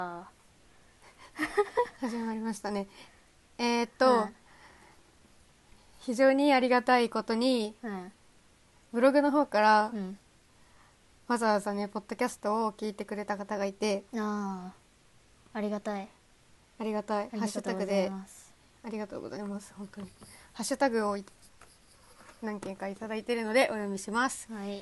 始まりましたね。非常にありがたいことに、ブログの方から、わざわざねポッドキャストを聞いてくれた方がいて、 ありがたいハッシュタグでありがとうございます。本当にハッシュタグを何件かいただいているのでお読みします。 はい。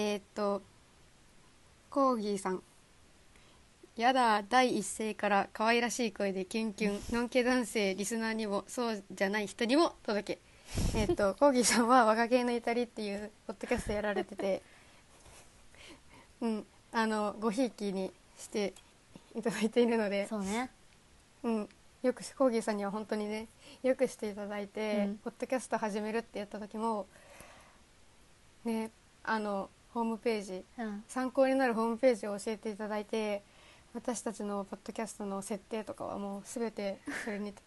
コーギーさん、やだ第一声から可愛らしい声でキュンキュン、のんけ男性リスナーにもそうじゃない人にも届け。コーギーさんは若気の至りっていうポッドキャストやられててごひいきにしていただいているので、 そうね、 よくコーギーさんには本当にねよくしていただいて、ポッドキャスト始めるって言った時もね、ホームページ、参考になるホームページを教えていただいて、私たちのポッドキャストの設定とかはもう全てそれに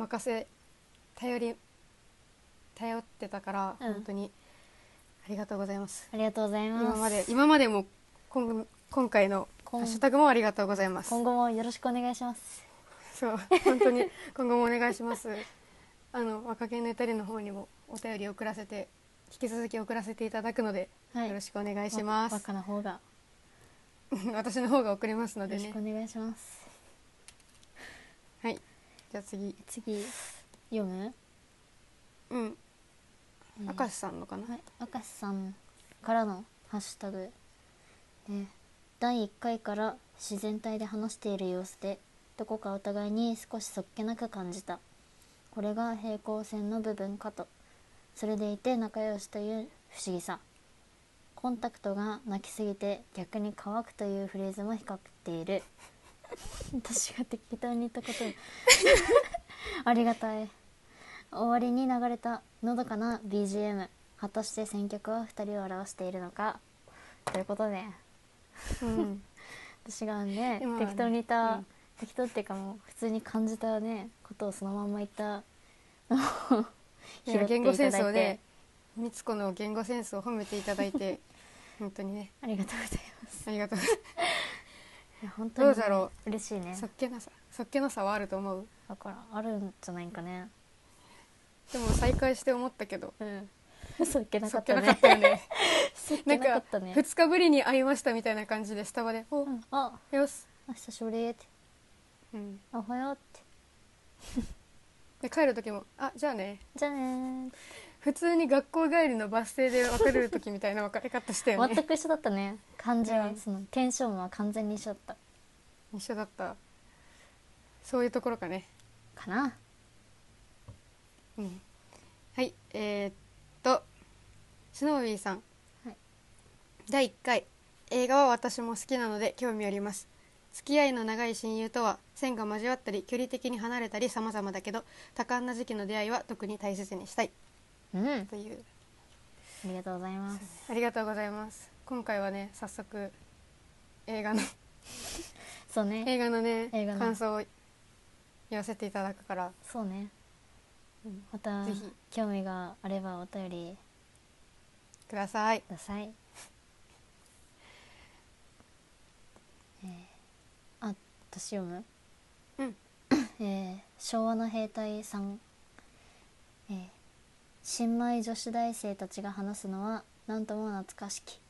頼ってたから、本当にありがとうございます。 ありがとうございます。 今までも今回のハッシュタグもありがとうございます。 今後もよろしくお願いします。 そう本当に今後もお願いします。若気の至りの方にもお便り引き続き送らせていただくので、よろしくお願いします。 若の方が私の方が送りますのでね、 よろしくお願いします。 はい、じゃあ次読む？ 明石さんのかな。 はい、明石さんからのハッシュタグ、第1回から自然体で話している様子でどこかお互いに少しそっけなく感じた。これが平行線の部分かと。それでいて仲良しという不思議さ。コンタクトが泣きすぎて逆に乾くというフレーズも光っている。私が適当に言ったことありがたい。終わりに流れたのどかな BGM、 果たして選曲は2人を表しているのかということで、私がね適当に言った、適当っていうかもう普通に感じたねことをそのまま言ったのを拾っていただいて、 言語センスをね、みつこの言語センスを褒めていただいて本当にねありがとうございます。 ありがとうございます。 いや本当に、 どうだろう、 嬉しいね。 そっけなさはあると思う。 だからあるんじゃないかね。 でも再会して思ったけど、 そっけなかったね。 なんか2日ぶりに会いましたみたいな感じでスタバでよし久しぶりって、おはようってで帰る時もじゃあね普通に学校帰りのバス停で別れる時みたいな別れ方したよね。 全く一緒だったね。感じは、そのテンションは完全に一緒だった。 そういうところかねかな。 はい、スノービーさん、第1回、映画は私も好きなので興味あります。付き合いの長い親友とは線が交わったり距離的に離れたり様々だけど、多感な時期の出会いは特に大切にしたい、という。 ありがとうございます。 ありがとうございます。今回はね早速映画のそうね、 映画のね感想を言わせていただくから、 そうね、またぜひ興味があればお便りください。 私読む？昭和の兵隊さん、新米女子大生たちが話すのはなんとも懐かしき。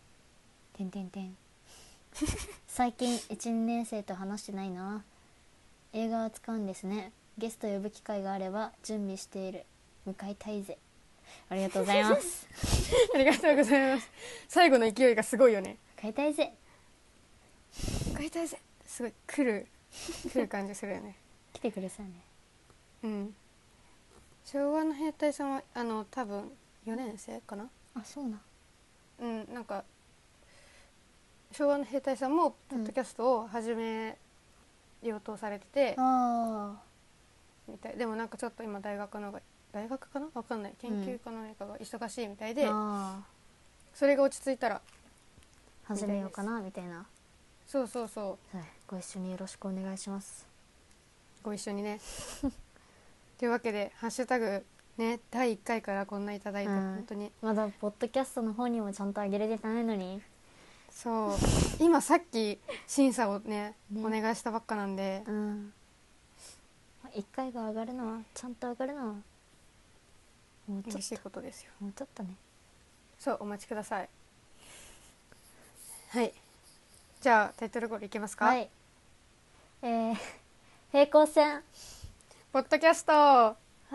最近 1,2 年生と話してないな。映画は使うんですね。ゲスト呼ぶ機会があれば準備している。向かいたいぜ。ありがとうございますありがとうございます。最後の勢いがすごいよね。 向かいたいぜすごい来る感じするよね。 来てくれそうね。 昭和の兵隊さんは多分4年生かな。 そうな。 なんか昭和の兵隊さんもポッドキャストを始めようとされてて、みたい。でもなんかちょっと今大学かな分かんない、研究か何かが忙しいみたいで、それが落ち着いたら始めようかなみたいな。 そう、 ご一緒によろしくお願いします。 ご一緒にねというわけでハッシュタグね第1回からこんないただいて、本当にまだポッドキャストの方にもちゃんと上げれてないのに、 そう今さっき審査をねお願いしたばっかなんで、 1回が上がるのはちゃんと上がるのはもうちょっと嬉しいことですよ。 もうちょっとね。 そう、お待ちください。はい、じゃあタイトルコールいきますか。 はい、平行線ポッドキャストあ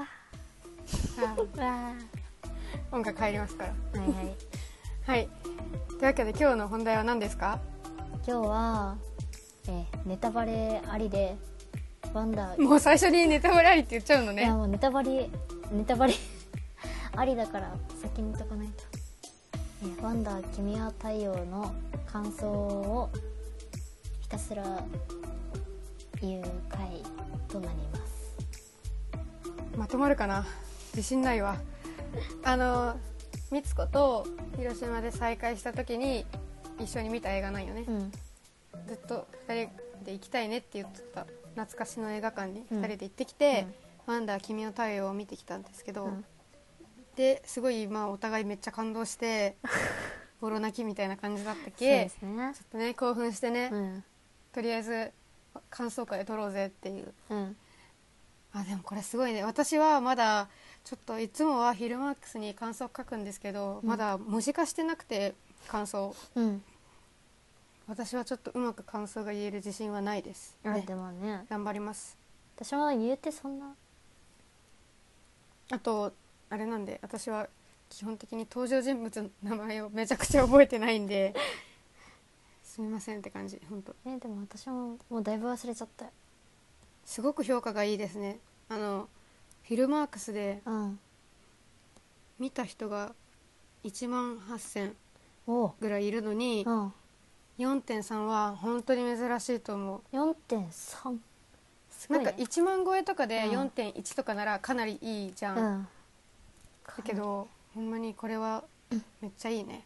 わ音楽入りますから。 ーはいはいはい、というわけで今日の本題は何ですか？ 今日は、ネタバレありでワンダー、 もう最初にネタバレありって言っちゃうのね。 いやもうネタバレありだから先に言っとかないと。ワンダー君は太陽の感想をひたすら言う回となります。 まとまるかな、自信ないわ。みつこと広島で再会した時に一緒に見た映画なんよね、ずっと2人で行きたいねって言ってた懐かしの映画館に2人で行ってきて、ワンダー君の太陽を見てきたんですけど、ですごいお互いめっちゃ感動してボロ泣きみたいな感じだったっけ、 そうですね、 ちょっとね興奮してね、とりあえず感想会撮ろうぜっていう、でもこれすごいね。私はまだちょっといつもはフィルマークスに感想書くんですけど、まだ文字化してなくて感想、私はちょっとうまく感想が言える自信はないです、ね、 でもね頑張ります。 私は言うてそんな、 あとあれなんで、私は基本的に登場人物の名前をめちゃくちゃ覚えてないんですみませんって感じ。本当でも私ももうだいぶ忘れちゃったよ。 すごく評価がいいですね。フィルマークスで見た人が1万8000ぐらいいるのに、4.3 は本当に珍しいと思う。 4.3 すごい、ね、 なんか1万超えとかで 4.1 とかならかなりいいじゃん、だけどほんまにこれはめっちゃいいね。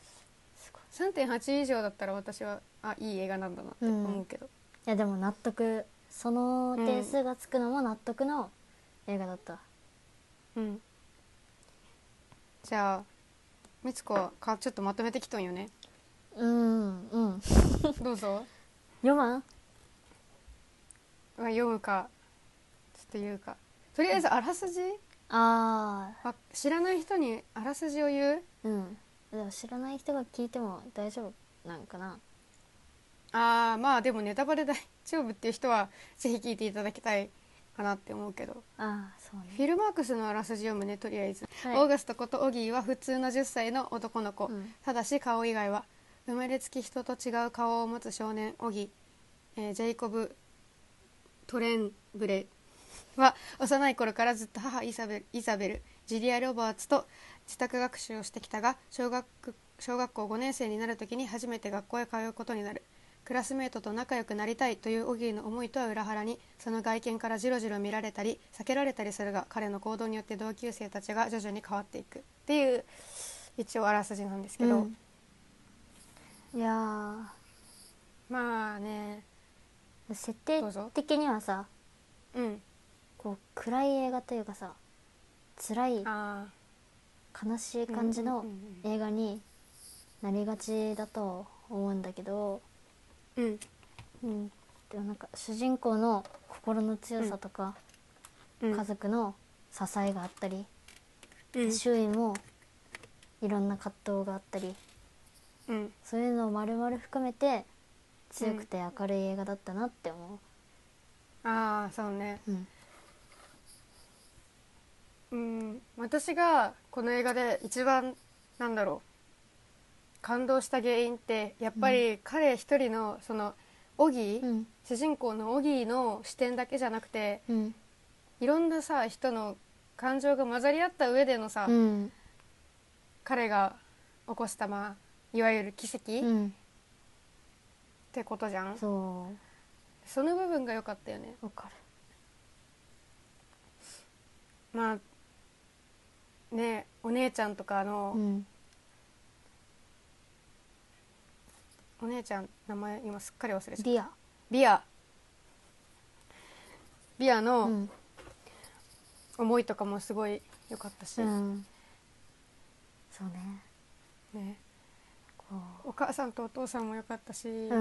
3.8 以上だったら私はいい映画なんだなって思うけど、 いやでも納得、その点数がつくのも納得の映画だった。 じゃあみつこはちょっとまとめてきとんよね。どうぞ。 読まん？ 読むかちょっと言うか。とりあえずあらすじ、知らない人にあらすじを言う。 でも知らない人が聞いても大丈夫なんかな。 まあでもネタバレ大丈夫っていう人はぜひ聞いていただきたいかなって思うけど、 そうね、 フィルマークスのあらすじ読むね。とりあえず、オーガストことオギーは普通の10歳の男の子、ただし顔以外は生まれつき人と違う顔を持つ少年オギー、ジェイコブ・トレンブレは幼い頃からずっと母イザベル、ジュリア・ロバーツと自宅学習をしてきたが、小学校5年生になるときに初めて学校へ通うことになる。クラスメートと仲良くなりたいというオギーの思いとは裏腹に、その外見からジロジロ見られたり避けられたりするが、彼の行動によって同級生たちが徐々に変わっていくっていう一応あらすじなんですけど、 いやまあね、 設定的にはさ、こう暗い映画というかさ、辛い悲しい感じの映画になりがちだと思うんだけど、でもなんか主人公の心の強さとか、家族の支えがあったり、周囲もいろんな葛藤があったり、そういうのを丸々含めて強くて明るい映画だったなって思う。 そうね、私がこの映画で一番感動した原因ってやっぱり彼一人のそのオギー、主人公のオギーの視点だけじゃなくて、いろんなさ人の感情が混ざり合った上でのさ、彼が起こしたいわゆる奇跡、ってことじゃん。その部分が良かったよね。 わかる。ね、お姉ちゃんとかの、お姉ちゃん名前今すっかり忘れちゃった。ビアの思いとかもすごい良かったし、 そうね、 お母さんとお父さんも良かったし、 うん、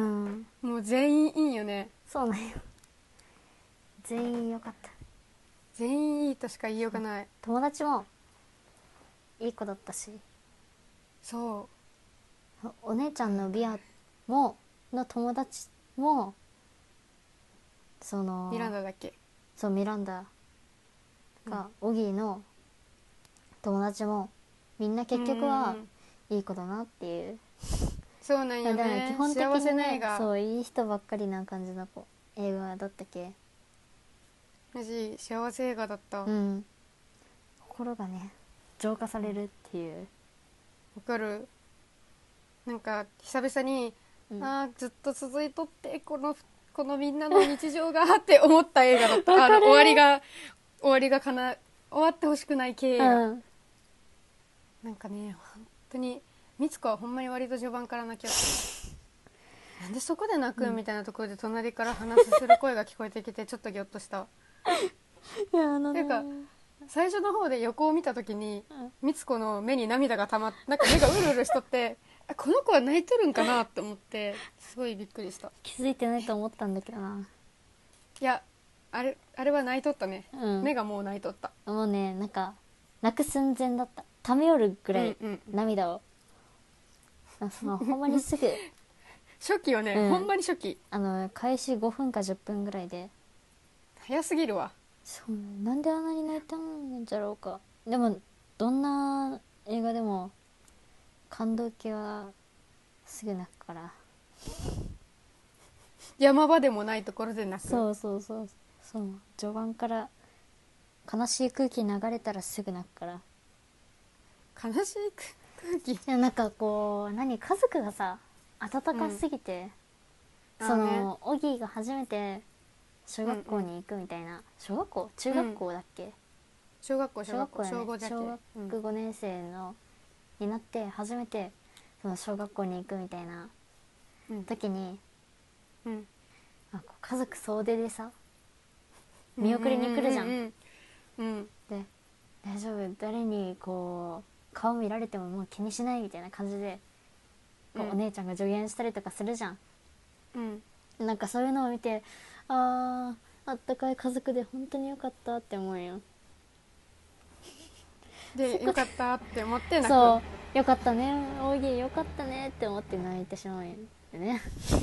もう全員いいよね。 そうなんよ。全員良かった。 全員いいとしか言いようがない。 友達もいい子だったし、 そお姉ちゃんのビアもの友達もそのうミランダだっけ。 そうミランダが、オギーの友達もみんな結局はいい子だなっていう。 そうなんよだからね。 基本的幸せにね、 な映画。 そういい人ばっかりな感じの映画だったっけ。 マジ幸せ映画だった。 うん、心がね浄化されるっていう。 わかる。なんか久々に、ずっと続いとってこのみんなの日常がって思った映画だった。終わりが終わってほしくない系映画、なんかね本当にみつこはほんまに割と序盤から泣きよったなんでそこで泣くみたいなところで隣から話する声が聞こえてきてちょっとギョッとした。 いやていうか最初の方で横を見た時にみつこの目に涙がたまってなんか目がうるうるしとってこの子は泣いとるんかなって思ってすごいびっくりした。 気づいてないと思ったんだけどな。 いやあれは泣いとったね、 うん目がもう泣いとった。 もうねなんか泣く寸前だった。ためよるぐらい涙を、そのほんまにすぐ初期よね、ほんまに初期開始5分か10分ぐらいで早すぎるわ。 そうなんであんなに泣いたんじゃろうか。でもどんな映画でも感動系はすぐ泣くから。 山場でもないところで泣く。 そう序盤から悲しい空気流れたらすぐ泣くから。 悲しい空気。 いやなんかこう家族がさ温かすぎて、そのオギーが初めて小学校に行くみたいな、小学校中学校だっけ、 小学校小学校、ね、 小5じゃけ、 小学5年生のになって初めてその小学校に行くみたいな時に、家族総出でさ見送りに来るじゃん。で大丈夫、誰にこう顔見られてももう気にしないみたいな感じで、お姉ちゃんが助言したりとかするじゃん。なんかそういうのを見てあったかい家族で本当によかったって思うよ。 でよかったって思って泣く。 そうよかったねオーギーよかったねって思って泣いてしまうんよね。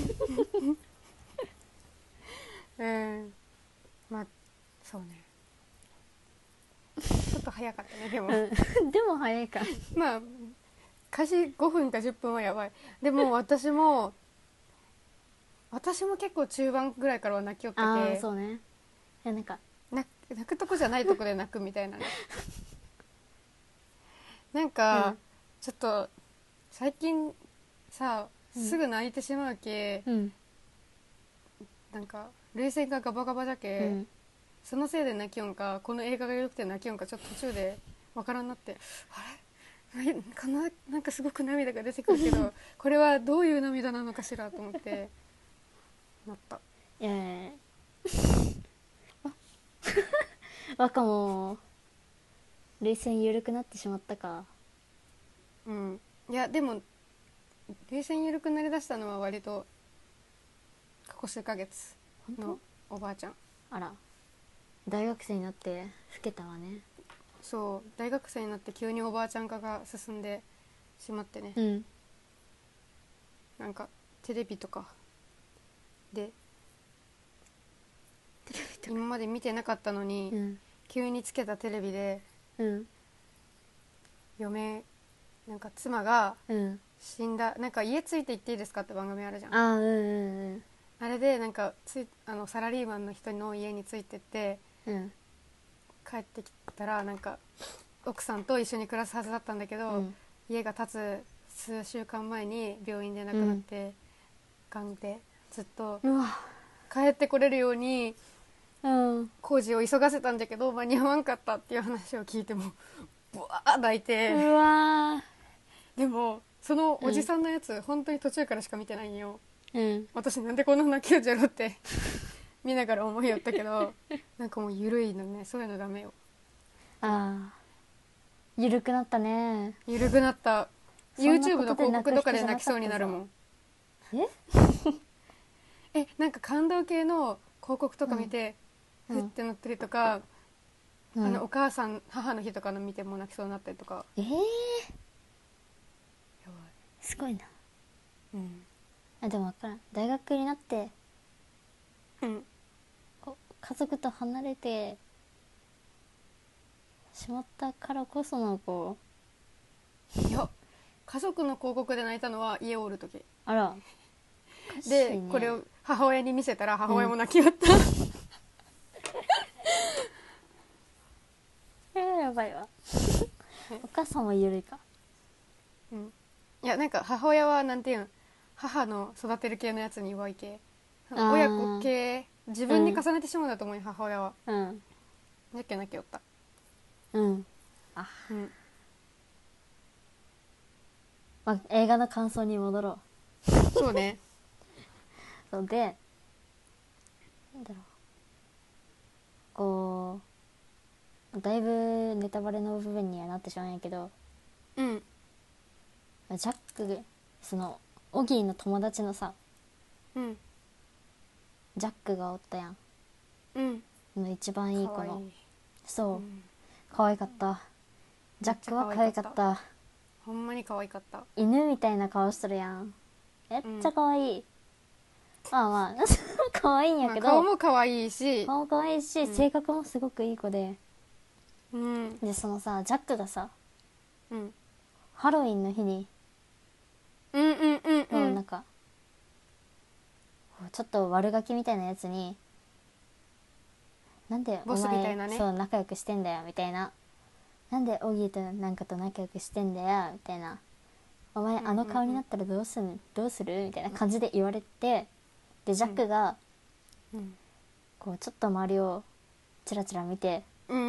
まあそうねちょっと早かったねでも、 でも早いか。 まあ開始5分か10分はやばい。でも私も結構中盤ぐらいからは泣きよってて、 そうね。いやなんか泣くとこじゃないとこで泣くみたいなね。なんか、ちょっと最近さすぐ泣いてしまうけ、なんか涙腺がガバガバじゃけ、そのせいで泣きよんかこの映画が良くて泣きよんかちょっと途中でわからんなって、あれなんかすごく涙が出てくるけどこれはどういう涙なのかしらと思ってなった。 いやいや若も涙腺緩くなってしまったか。 いやでも涙腺緩くなりだしたのは割とここ数ヶ月のおばあちゃん。 あら大学生になって老けたわね。 そう大学生になって急におばあちゃん化が進んでしまってね、なんかテレビとかで今まで見てなかったのに、急につけたテレビで、なんか妻が死んだ、なんか家ついて行っていいですかって番組あるじゃん。あれでなんかサラリーマンの人の家についてって、帰ってきたらなんか奥さんと一緒に暮らすはずだったんだけど、家が建つ数週間前に病院で亡くなって、がんでずっと帰ってこれるように工事を急がせたんだけど間に合わんかったっていう話を聞いてもブワー泣いて、でもそのおじさんのやつ、本当に途中からしか見てないんよ。私なんでこんな泣きよじゃろって見ながら思いよったけどなんかもう緩いのね、そういうのダメよ。 緩くなったね。 緩くなった。 YouTube の広告とかで泣きそうになるもん。なんか感動系の広告とか見て、ふってなったりとか、お母さん母の日とかの見ても泣きそうになったりとか。やばい。 すごいな。でも分からん、大学になって家族と離れてしまったからこそのいや、家族の広告で泣いたのは家をおる時。 あら。 で、 ね、 これを母親に見せたら母親も泣きよった、 やばいわお母さんも緩いか。 いや、なんか母親はなんていうん、母の育てる系のやつに弱い系、親子系自分に重ねてしまうんだと思うよ、母親は。じゃっけ泣きよった。 映画の感想に戻ろう。そうね。 そうで、なんだろう、だいぶネタバレの部分にはなってしまうんやけど、ジャック、そのオギーの友達のさ、ジャックがおったやん。の一番いい子の。そう、可愛かった。ジャックは可愛かった。 ほんまに可愛かった。 犬みたいな顔しとるやん。めっちゃ可愛い。まあ可愛いんやけど、 顔も可愛いし、 性格もすごくいい子で、でそのさ、ジャックがさ、ハロウィンの日になんかちょっと悪ガキみたいなやつに、なんでおボスみた前、 いなね、 そう仲良くしてんだよみたいな、なんでオギーとなんかと仲良くしてんだよみたいな、お前あの顔になったらどうするみたいな感じで言われて、でジャックがこうちょっと周りをチラチラ見て、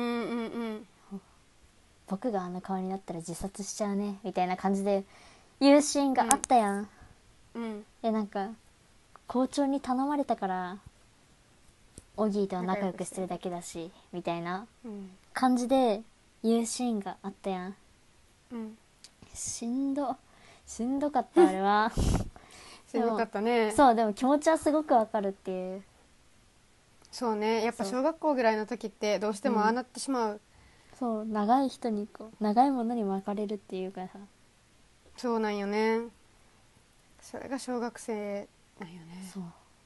僕があの顔になったら自殺しちゃうねみたいな感じで言うシーンがあったやん。でなんか校長に頼まれたからオギーとは仲良くしてるだけだしみたいな感じで言うシーンがあったやん。しんどかったあれは。 しんどかったね。 そう、でも気持ちはすごくわかるっていう。 そうね、やっぱ小学校ぐらいの時ってどうしてもああなってしまう。 そう、長いものに巻かれるっていうかさ。 そうなんよね。それが小学生なんよね。 そう、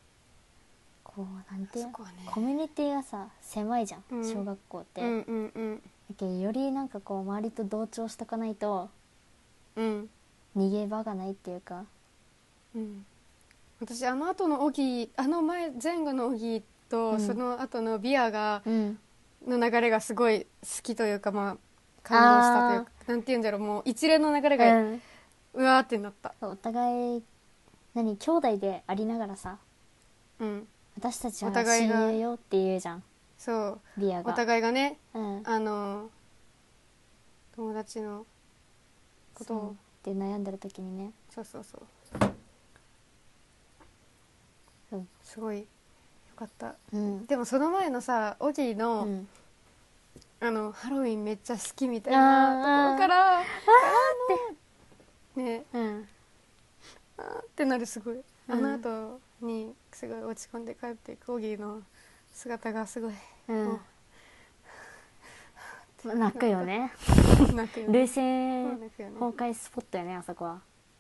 なんていう、 ね、 コミュニティがさ狭いじゃん、小学校って。だけどよりなんか周りと同調しとかないと、逃げ場がないっていうか。 私あの後の前後のオギーと、その後のビアが、の流れがすごい好きというか、感動したというか、なんて言うんだろう、もう一連の流れが、うわーってなった。 お互い兄弟でありながらさ、私たちは親友よって言うじゃん。 そう、 ビアがお互いがね、友達のことをで悩んでる時にね。 そうすごいよかった、でもその前のさ、オギーの、ハロウィンめっちゃ好きみたいなところからね、ってなる。すごい、あの後にすごい落ち込んで帰っていくオギーの姿がすごい、 泣くよね。涙腺崩壊スポットよね、あそこは。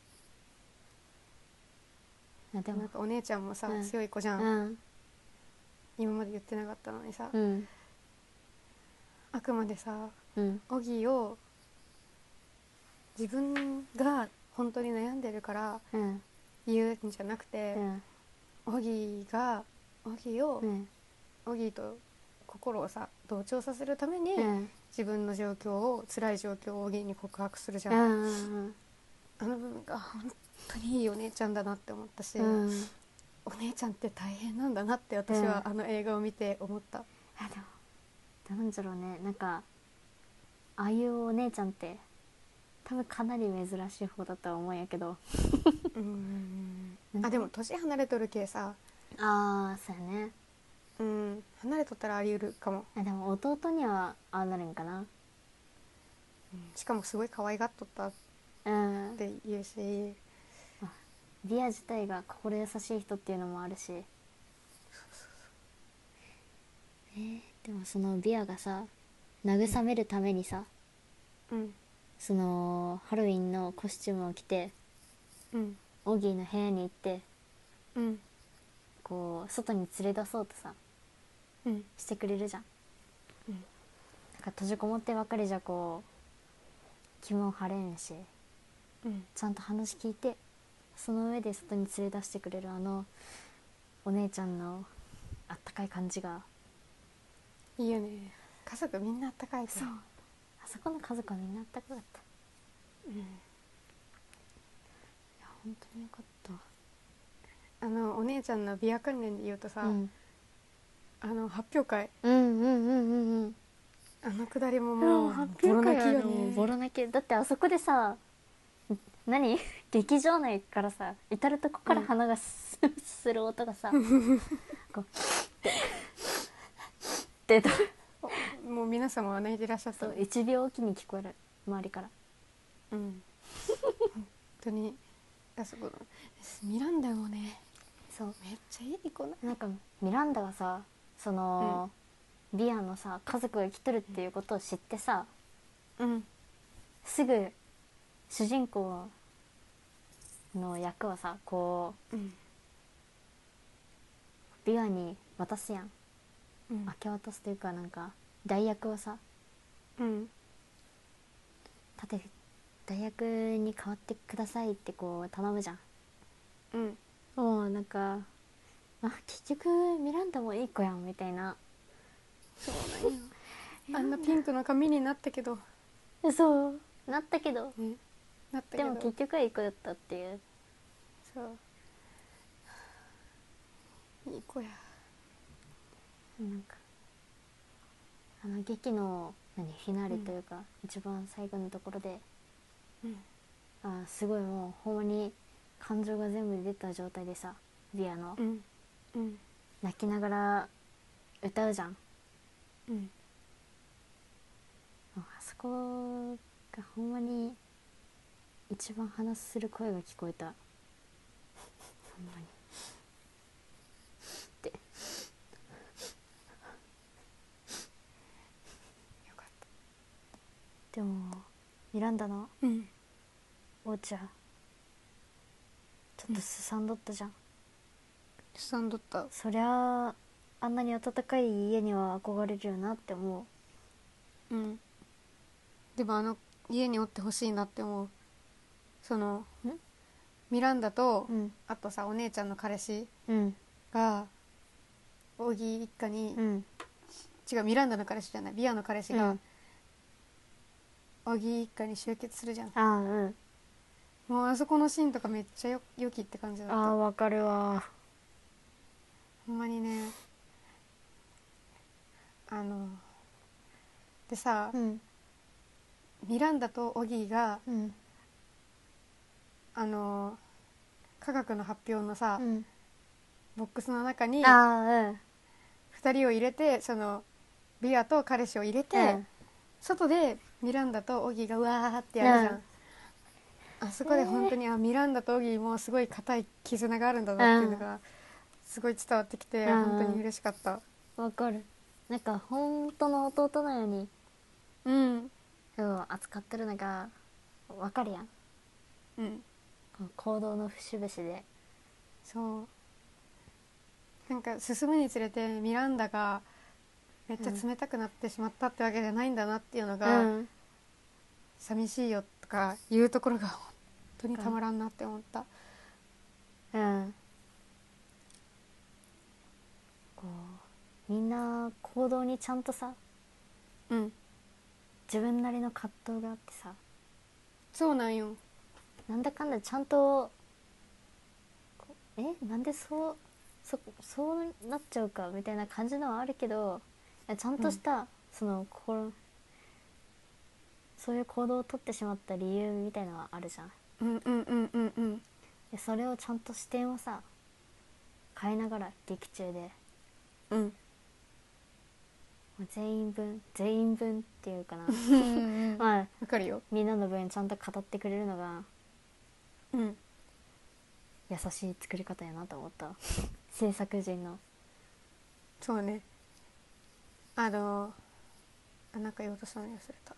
でもなんかお姉ちゃんもさ、強い子じゃん、今まで言ってなかったのにさ、あくまでさ、オギーを自分が本当に悩んでるから言うんじゃなくて、オギーと心をさ同調させるために、自分の辛い状況をオギーに告白するじゃん。あの部分が本当にいいお姉ちゃんだなって思ったし、お姉ちゃんって大変なんだなって私はあの映画を見て思った。 でもなんだろうね、なんかああいうお姉ちゃんって多分かなり珍しい方だとは思うんやけどでも年離れとるけさ、 そうやね。 離れとったらあり得るかも。 でも弟にはああなるんかな。 しかもすごい可愛がっとったって言うし、 ビア自体が心優しい人っていうのもあるし、でもそのビアがさ慰めるためにさ、そのハロウィンのコスチュームを着て、オギーの部屋に行って、こう外に連れ出そうとさ、してくれるじゃん。なんか閉じこもってばかりじゃこう気も晴れんし、ちゃんと話聞いてその上で外に連れ出してくれるあのお姉ちゃんのあったかい感じがいいよね。家族みんなあったかいから。 そう、あそこの家族はみんなあったかかった。いや本当によかった。 お姉ちゃんのビア関連で言うとさ、発表会、あのくだりももう発表会はもうボロ泣きだって、あそこでさ何劇場内からさ至る所から鼻がする音がさこうでもう皆様は泣いていらっしゃった、 そう1秒おきに聞こえる周りから。 本当にあそこのミランダもね、 そうめっちゃいい子なんかミランダがさその、ビアのさ家族が来とるっていうことを知ってさ、すぐ主人公の役はさこう、ビアに渡すやん、明け渡すというかなんか代役をさ、立て代役に代わってくださいってこう頼むじゃん。もうなんか結局ミランダもいい子やんみたいな。 そうなんよあんなピンクの髪になったけど、 そうなったけど、 なったけどでも結局はいい子だったっていう。 そういい子や。 なんか劇のフィナーレというか、一番最後のところで、すごいもうほんまに感情が全部出た状態でさビアの、泣きながら歌うじゃん。あそこがほんまに一番話する声が聞こえたほんまにってよかった。でもミランダのた。 お茶ちょっとすさんどったじゃん。 すさんどった。 そりゃあんなに暖かい家には憧れるよなって思う。 でも家におってほしいなって思う。そのミランダと、あとさお姉ちゃんの彼氏がオギー一家に、違うミランダの彼氏じゃないビアの彼氏が、オギー一家に集結するじゃん。もうあそこのシーンとかめっちゃ良きって感じだった。 わかるわ。 ほんまにね。でさ、ミランダとオギーが、科学の発表のさ、ボックスの中に2人を入れて、そのビアと彼氏を入れて、外でミランダとオギーがうわーってやるじゃん。あそこで本当に、ミランダとオギーもすごい固い絆があるんだなっていうのがすごい伝わってきて、本当に嬉しかった。 わかる。なんか本当の弟のように扱ってるのがわかるやん。行動の節々で。 そうなんか進むにつれてミランダがめっちゃ冷たくなってしまったってわけじゃないんだなっていうのが、寂しいよとかいうところが本当にたまらんなって思った。 こうみんな行動にちゃんとさ、自分なりの葛藤があってさ、 そうなんよ。 なんだかんだちゃんとなんでそうなっちゃうかみたいな感じのはあるけど、ちゃんとした、そういう行動をとってしまった理由みたいなのはあるじゃん。でそれをちゃんと視点をさ変えながら劇中で、 全員分っていうかなまあわかるよ。 みんなの分ちゃんと語ってくれるのがうん優しい作り方やなと思った制作陣の。 そうね。なんか言おうとしたのに忘れた。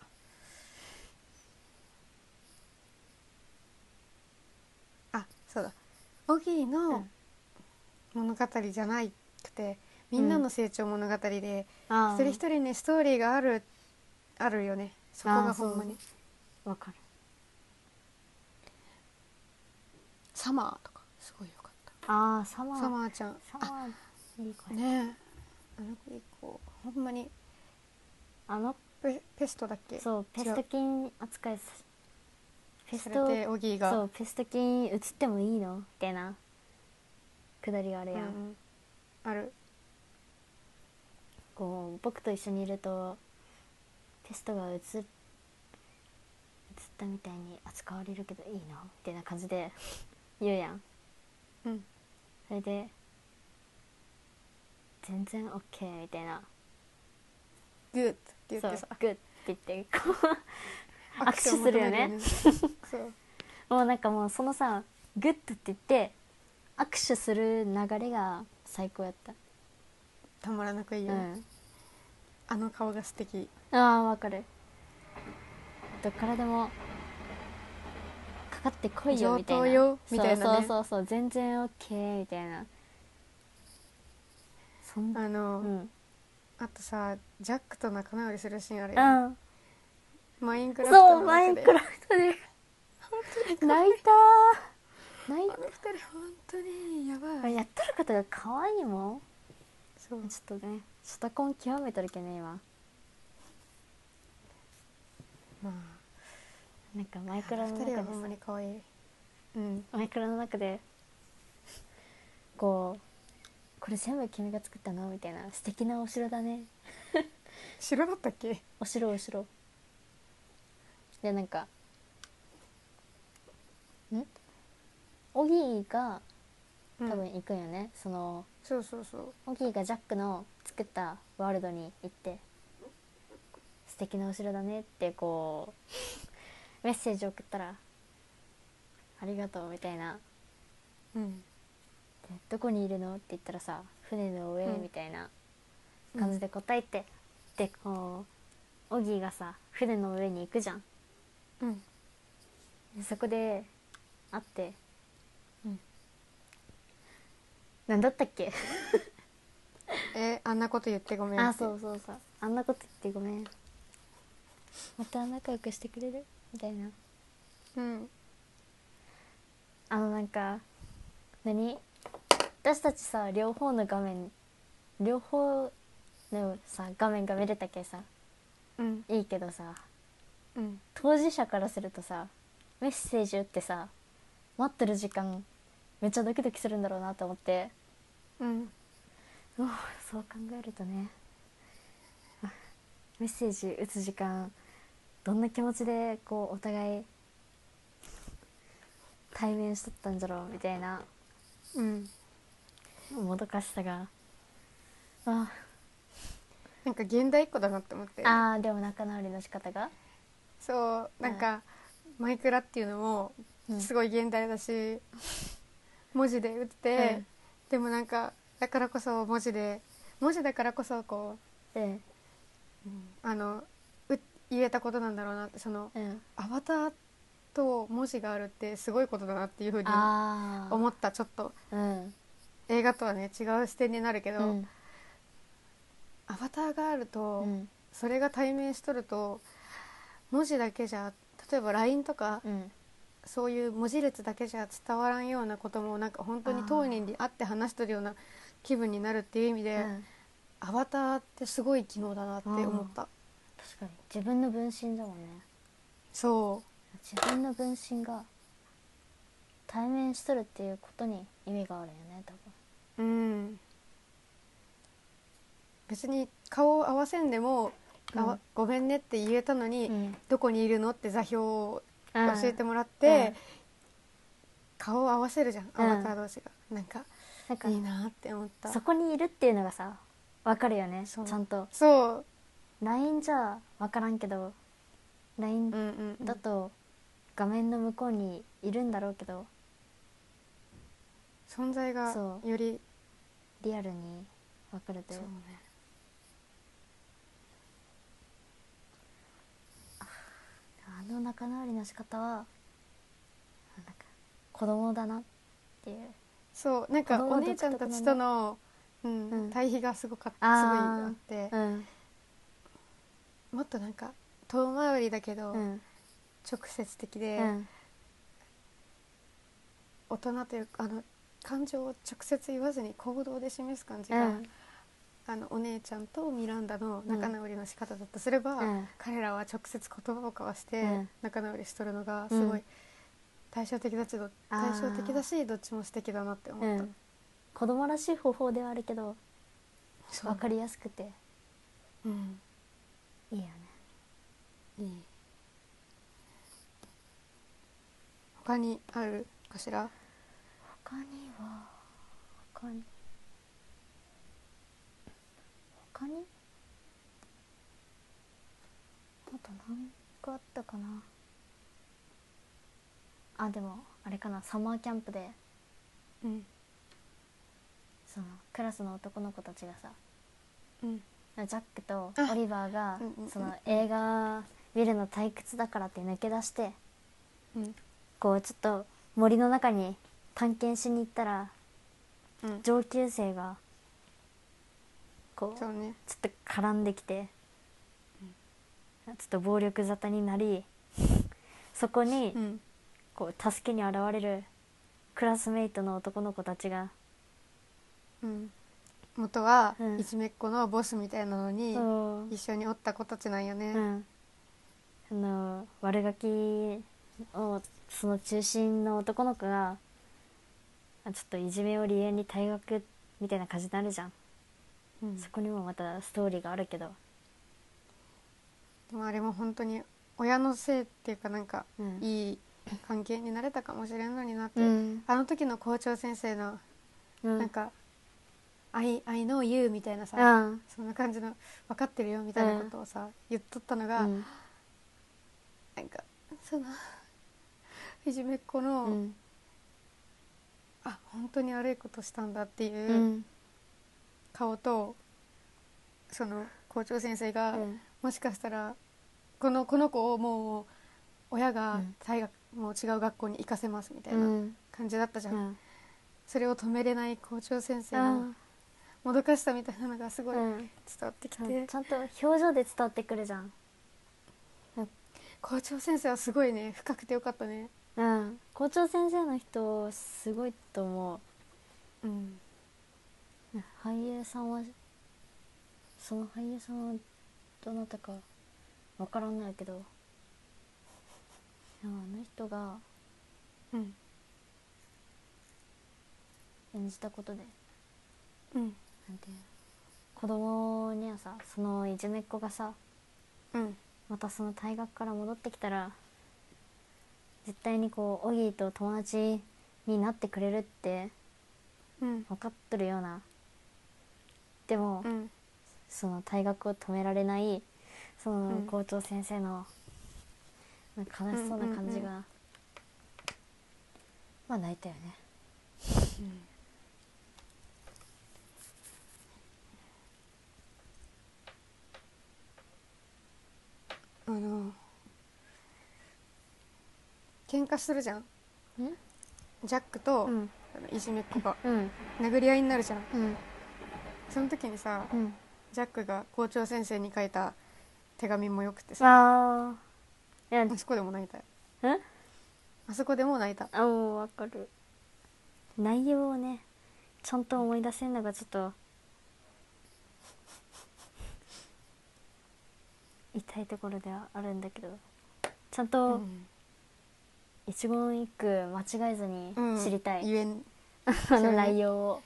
あ、そうだ、オギーの物語じゃなくて、みんなの成長物語で、一人一人にストーリーがあるよね。そこがほんまにわかる。 サマーとかすごいよかった。 サマーちゃん、 サマーいい子ねえ、子いい子、ほんまに。ペストだっけ。 そう、ペスト菌扱いされて、オギーがそうペスト菌移ってもいいのみたいなくだりがあるやん、 ある。 こう僕と一緒にいるとペストが移ったみたいに扱われるけどいいのみたいな感じで言うやん。それで全然 OK みたいな、 グッって言ってさ、 グッって言ってこう握手するよねそうもうなんかもうそのさグッドって言って握手する流れが最高やった。 たまらなくいいよね、あの顔が素敵。 わかる。どっからでもかかってこいよみたいな、 上等よみたいなね。 そう全然 OK みたいな。 あとさ、ジャックと仲直りするシーンあるよね。マインクラフそうトのマインクラフトで泣いたあの二人本当にやばい。 やっとることが可愛いもん。 そうちょっとねショタコン極めとるけね今。 まあなんかマイクラの中でさ、 二人はほんまに可愛い。 マイクラの中でこれ全部君が作ったのみたいな、素敵なお城だね城だったっけ。 お城でなんかオギーが多分行くんよね、 そうオギーがジャックの作ったワールドに行って素敵なお城だねってこうメッセージを送ったらありがとうみたいな、でどこにいるのって言ったらさ船の上みたいな感じで答えて、でこうオギーがさ船の上に行くじゃん、でそこで会って、なんだったっけあんなこと言ってごめんって。 そうあんなこと言ってごめん、また仲良くしてくれるみたいな。なんか私たちさ両方の画面が見れたけさ、いいけどさ、当事者からするとさメッセージ打ってさ待ってる時間めっちゃドキドキするんだろうなと思って、そう考えるとねメッセージ打つ時間どんな気持ちでこうお互い対面しとったんじゃろうみたいな、もどかしさがなんか現代っ子だなって思って。 でも仲直りの仕方がそうなんか、マイクラっていうのもすごい現代だし、文字で打って、でもなんかだからこそ文字だからこそこう、言えたことなんだろうなって、その、アバターと文字があるってすごいことだなっていうふうに思った。ちょっと、映画とはね違う視点になるけど、アバターがあると、それが対面しとると文字だけじゃ、例えば LINE とか、そういう文字列だけじゃ伝わらんようなこともなんか本当に当人に会って話しとるような気分になるっていう意味で、アバターってすごい機能だなって思った。 確かに自分の分身だもんね。 そう自分の分身が対面しとるっていうことに意味があるよね多分。 別に顔を合わせんでも、ごめんねって言えたのに、どこにいるのって座標を教えてもらって、顔を合わせるじゃん、アバター同士が。なんかいいなって思った。 そこにいるっていうのがさ分かるよね、ちゃんと。 そう LINE じゃ分からんけど LINE だと画面の向こうにいるんだろうけど、 存在がよりリアルに分かるという。 そうね。 あの仲直りの仕方はなんか子供だなっていう。 そうなんかお姉ちゃんたちとの、対比がすごいあって、もっとなんか遠回りだけど、直接的で、大人というか感情を直接言わずに行動で示す感じが、お姉ちゃんとミランダの仲直りの仕方だとすれば、彼らは直接言葉を交わして仲直りしとるのがすごい対照的だしどっちも素敵だなって思った。 子供らしい方法ではあるけど分かりやすくて、いいよね。 いい。他にあるかしら？ 他にあと何かあったかな。あ、でもあれかな、サマーキャンプで、そのクラスの男の子たちがさ、ジャックとオリバーがその映画見るの退屈だからって抜け出して、こうちょっと森の中に探検しに行ったら、上級生がこうちょっと絡んできて、ちょっと暴力沙汰になり、そこにこう助けに現れるクラスメイトの男の子たちが、 元はいじめっ子のボスみたいなのに一緒におった子たちなんよね。 悪ガキをその中心の男の子がちょっといじめを理由に退学みたいな感じになるじゃん、そこにもまたストーリーがあるけど、 でもあれも本当に親のせいっていうかなんか、いい関係になれたかもしれんのになって、あの時の校長先生の、なんかI know you みたいなさ、そんな感じの分かってるよみたいなことをさ、言っとったのが、なんかそのいじめっ子の、本当に悪いことしたんだっていう顔と、その校長先生が、もしかしたらこの子をもう親がもう違う学校に行かせますみたいな感じだったじゃん、それを止めれない校長先生のもどかしさみたいなのがすごい伝わってきて、 ちゃんと表情で伝わってくるじゃん。 校長先生はすごいね、深くてよかったね。 校長先生の人すごいと思う。俳優さんはその俳優さんはどなたかわからないけど、でもあの人が演じたことで、なんていう、子供にはさ、そのいじめっ子がさ、またその退学から戻ってきたら絶対にこうオギーと友達になってくれるって分かっとるような、でも、その退学を止められないその校長先生の悲しそうな感じが、まあ泣いたよね。 喧嘩するじゃん、ジャックと、いじめっ子が、殴り合いになるじゃん、その時にさ、ジャックが校長先生に書いた手紙もよくてさ、あそこでも泣いたよ。あそこでも泣いた。 わかる。内容をねちゃんと思い出せるのがちょっと痛いところではあるんだけど、ちゃんと一言一句間違えずに知りたい、あの内容を。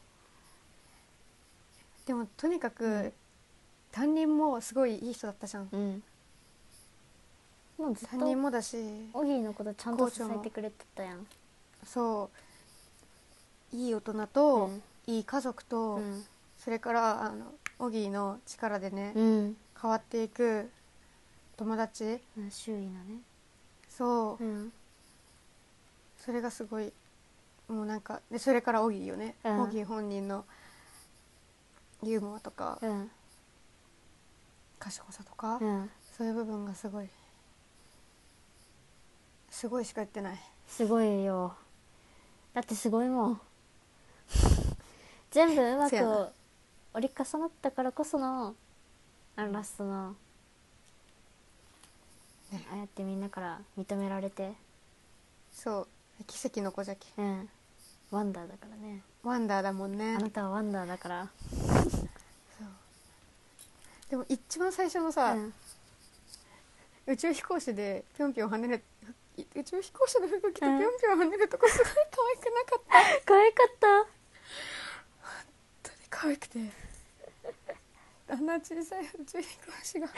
でもとにかく、担任もすごいいい人だったじゃん、 もうずっと担任もだしオギーのことちゃんと支えてくれてたやん。 そういい大人と、いい家族と、それからオギーの力でね、 変わっていく友達、 周囲のね。 そう、それがすごいもうなんかで、それからオギーよね、オギー本人のユーモアとか、賢さとか、そういう部分がすごいすごいしか言ってない。 すごいよ。だってすごいもん全部うまく折り重なったからこそのラストの、ね、ああやってみんなから認められて、 そう奇跡の子じゃき、 ワンダーだからね。 ワンダーだもんね。 あなたはワンダーだから。 そうでも一番最初のさ、宇宙飛行士でぴょんぴょん跳ねる、宇宙飛行士の服着てぴょんぴょん跳ねるとこすごい可愛くなかった？ 可愛かった。 本当に可愛くて、あんな小さい宇宙飛行士が可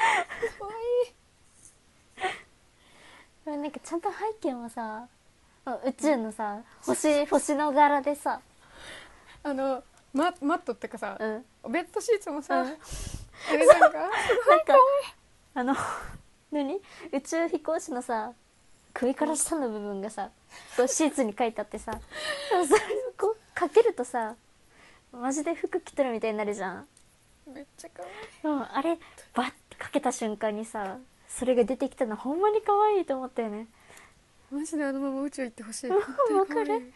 愛いなんかちゃんと背景もさ、宇宙のさ、星の柄でさ、 マットってかさ、ベッドシーツもさ、あれなんか何宇宙飛行士のさ首から下の部分がさ、シーツに書いてあってさそれこうかけるとさマジで服着てるみたいになるじゃん。 めっちゃ可愛い。 あれバッてかけた瞬間にさ、それが出てきたのほんまに可愛いと思ったよね。 マジであのまま宇宙行ってほしい。 わかる。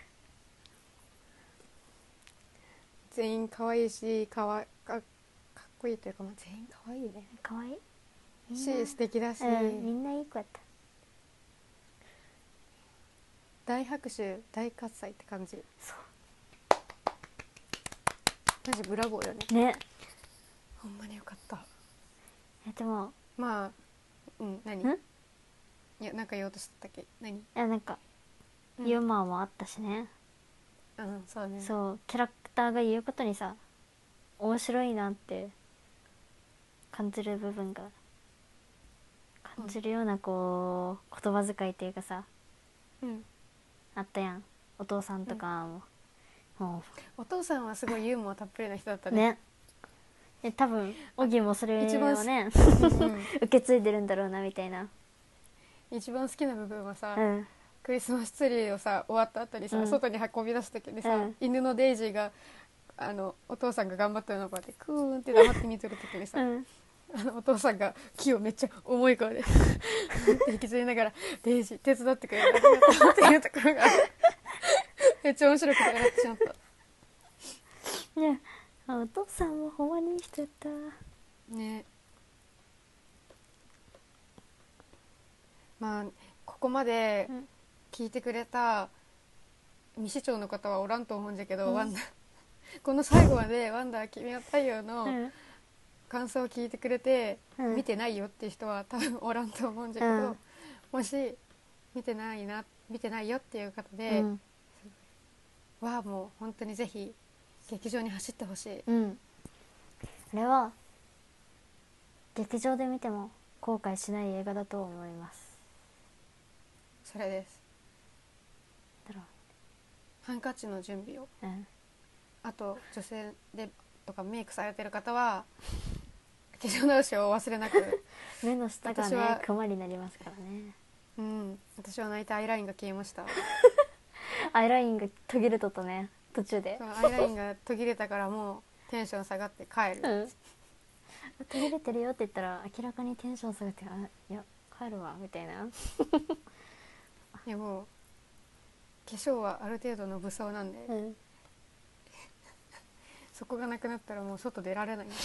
全員可愛いし、かっこいいというか、全員可愛いね。 可愛いし、素敵だし、 みんないい子やった。 大拍手大喝采って感じ。 そうマジブラボーよね。 ね、 ほんまによかった。 でもまあ何？いやなんか言おうとしてたっけ？何？ なんかユーモアもあったしね。 そうね。 そうキャラクターが言うことにさ面白いなって感じる部分が感じるようなこう言葉遣いっていうかさ、あったやん。お父さんとかも、 お父さんはすごいユーモアたっぷりな人だったね。 多分オギもそれをね受け継いでるんだろうなみたいな。 一番好きな部分はさ、クリスマスツリーをさ終わった後にさ、外に運び出す時にさ、犬のデイジーがお父さんが頑張ってるのをこうやってクーンって黙って見てる時にさ、お父さんが木をめっちゃ重い声でって引きずりながら「デイジー手伝ってくれるありがとう」っていうところがめっちゃ面白くて笑ってしまった。 ね、お父さんもほんまにいい人やったね。まあここまで聞いてくれた未視聴の方はおらんと思うんじゃけど、ワンダこの最後まで「ワンダー君は太陽」の感想を聞いてくれて、見てないよっていう人は多分おらんと思うんじゃけど、もし見てないよっていう方で、はもう本当にぜひ劇場に走ってほしい。 あれは劇場で見ても後悔しない映画だと思います。 それです。ハンカチの準備を、あと女性でとかメイクされてる方は化粧直しをお忘れなく。 目の下がねクマになりますからね。 私は泣いてアイラインが消えました。 アイラインが途切れとったね途中で。 アイラインが途切れたからもうテンション下がって帰る、 途切れてるよって言ったら明らかにテンション下がっていや帰るわみたいな。 いやもう化粧はある程度の武装なんで、そこがなくなったらもう外出られない。い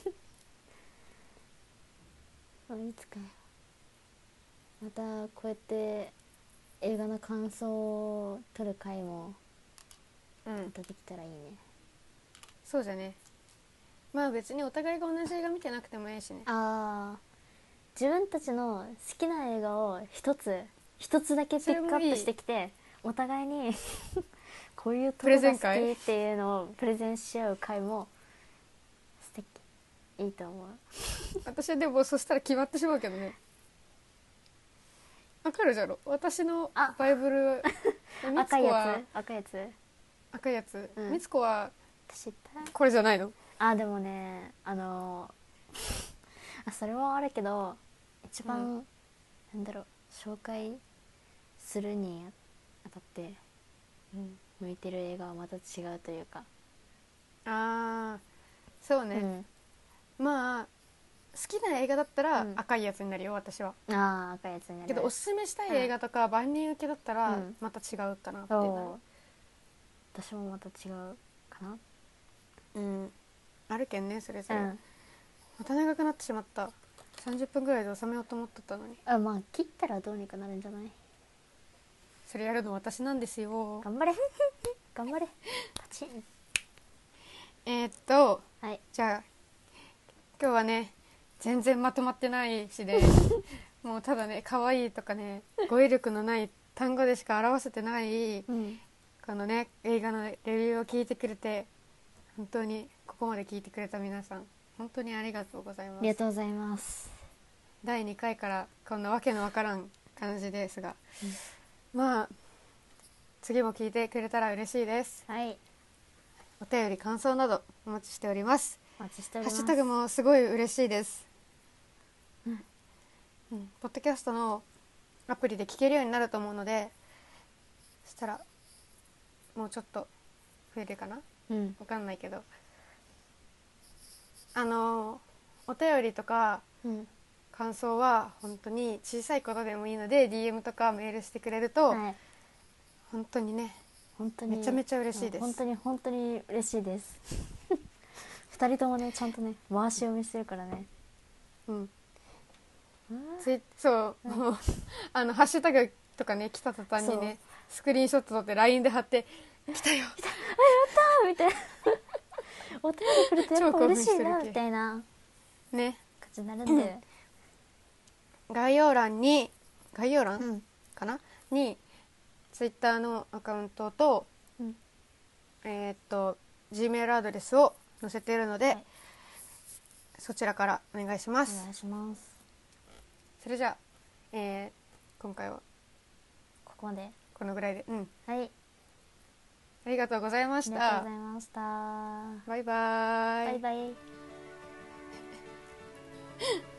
つかまたこうやって映画の感想を撮る回もまたできたらいいね。 そうじゃね。まあ別にお互いが同じ映画見てなくてもいいしね。 自分たちの好きな映画を一つだけピックアップしてきて、お互いにこういうとこが好きっていうのをプレゼンし合う回も素敵、いいと思う。 私はでもそしたら決まってしまうけどね。わかるじゃろ私のバイブル。 赤いやつ、 みつこは私これじゃないの？ でもねそれもあるけど一番、なんだろう、紹介するにあたって向いてる映画はまた違うというか。 ああそうね、まあ好きな映画だったら赤いやつになるよ私は。 赤いやつになるけどおすすめしたい映画とか万人受けだったらまた違うかなってなる。 私もまた違うかな。 あるけんねそれぞれ、また長くなってしまった。30分ぐらいで収めようと思ってたのに。 まあ切ったらどうにかなるんじゃない。 それやるの私なんですよ。 頑張れ頑張れパチン。 はい、じゃあ今日はね全然まとまってないしでもうただね可愛いとかね語彙力のない単語でしか表せてない、このね映画のレビューを聞いてくれて、本当にここまで聞いてくれた皆さん本当にありがとうございます。 ありがとうございます。 第2回からこんなわけのわからん感じですが、まあ次も聞いてくれたら嬉しいです。 はい、 お便り感想などお待ちしております。 お待ちしております。 ハッシュタグもすごい嬉しいです。ポッドキャストのアプリで聞けるようになると思うので、そしたらもうちょっと増えるかな、わかんないけど、お便りとか、感想は本当に小さいことでもいいので DM とかメールしてくれると、本当にね本当にめちゃめちゃ嬉しいです。 本当に嬉しいです2人ともねちゃんとね回し読みしてるからね。 そう、もうハッシュタグとかね来た途端にねスクリーンショット撮って LINE で貼って来たよやったーみたいなお便りくれてやっぱ嬉しいなみたいなね感じになるんで、 概要欄かな、にツイッターのアカウントと、Gmail アドレスを載せているので、そちらからお願いします。 お願いします。 それじゃあ、今回はここまでこのぐらいで、 はい、 ありがとうございました。 ありがとうございました。 バイバーイ。 バイバイ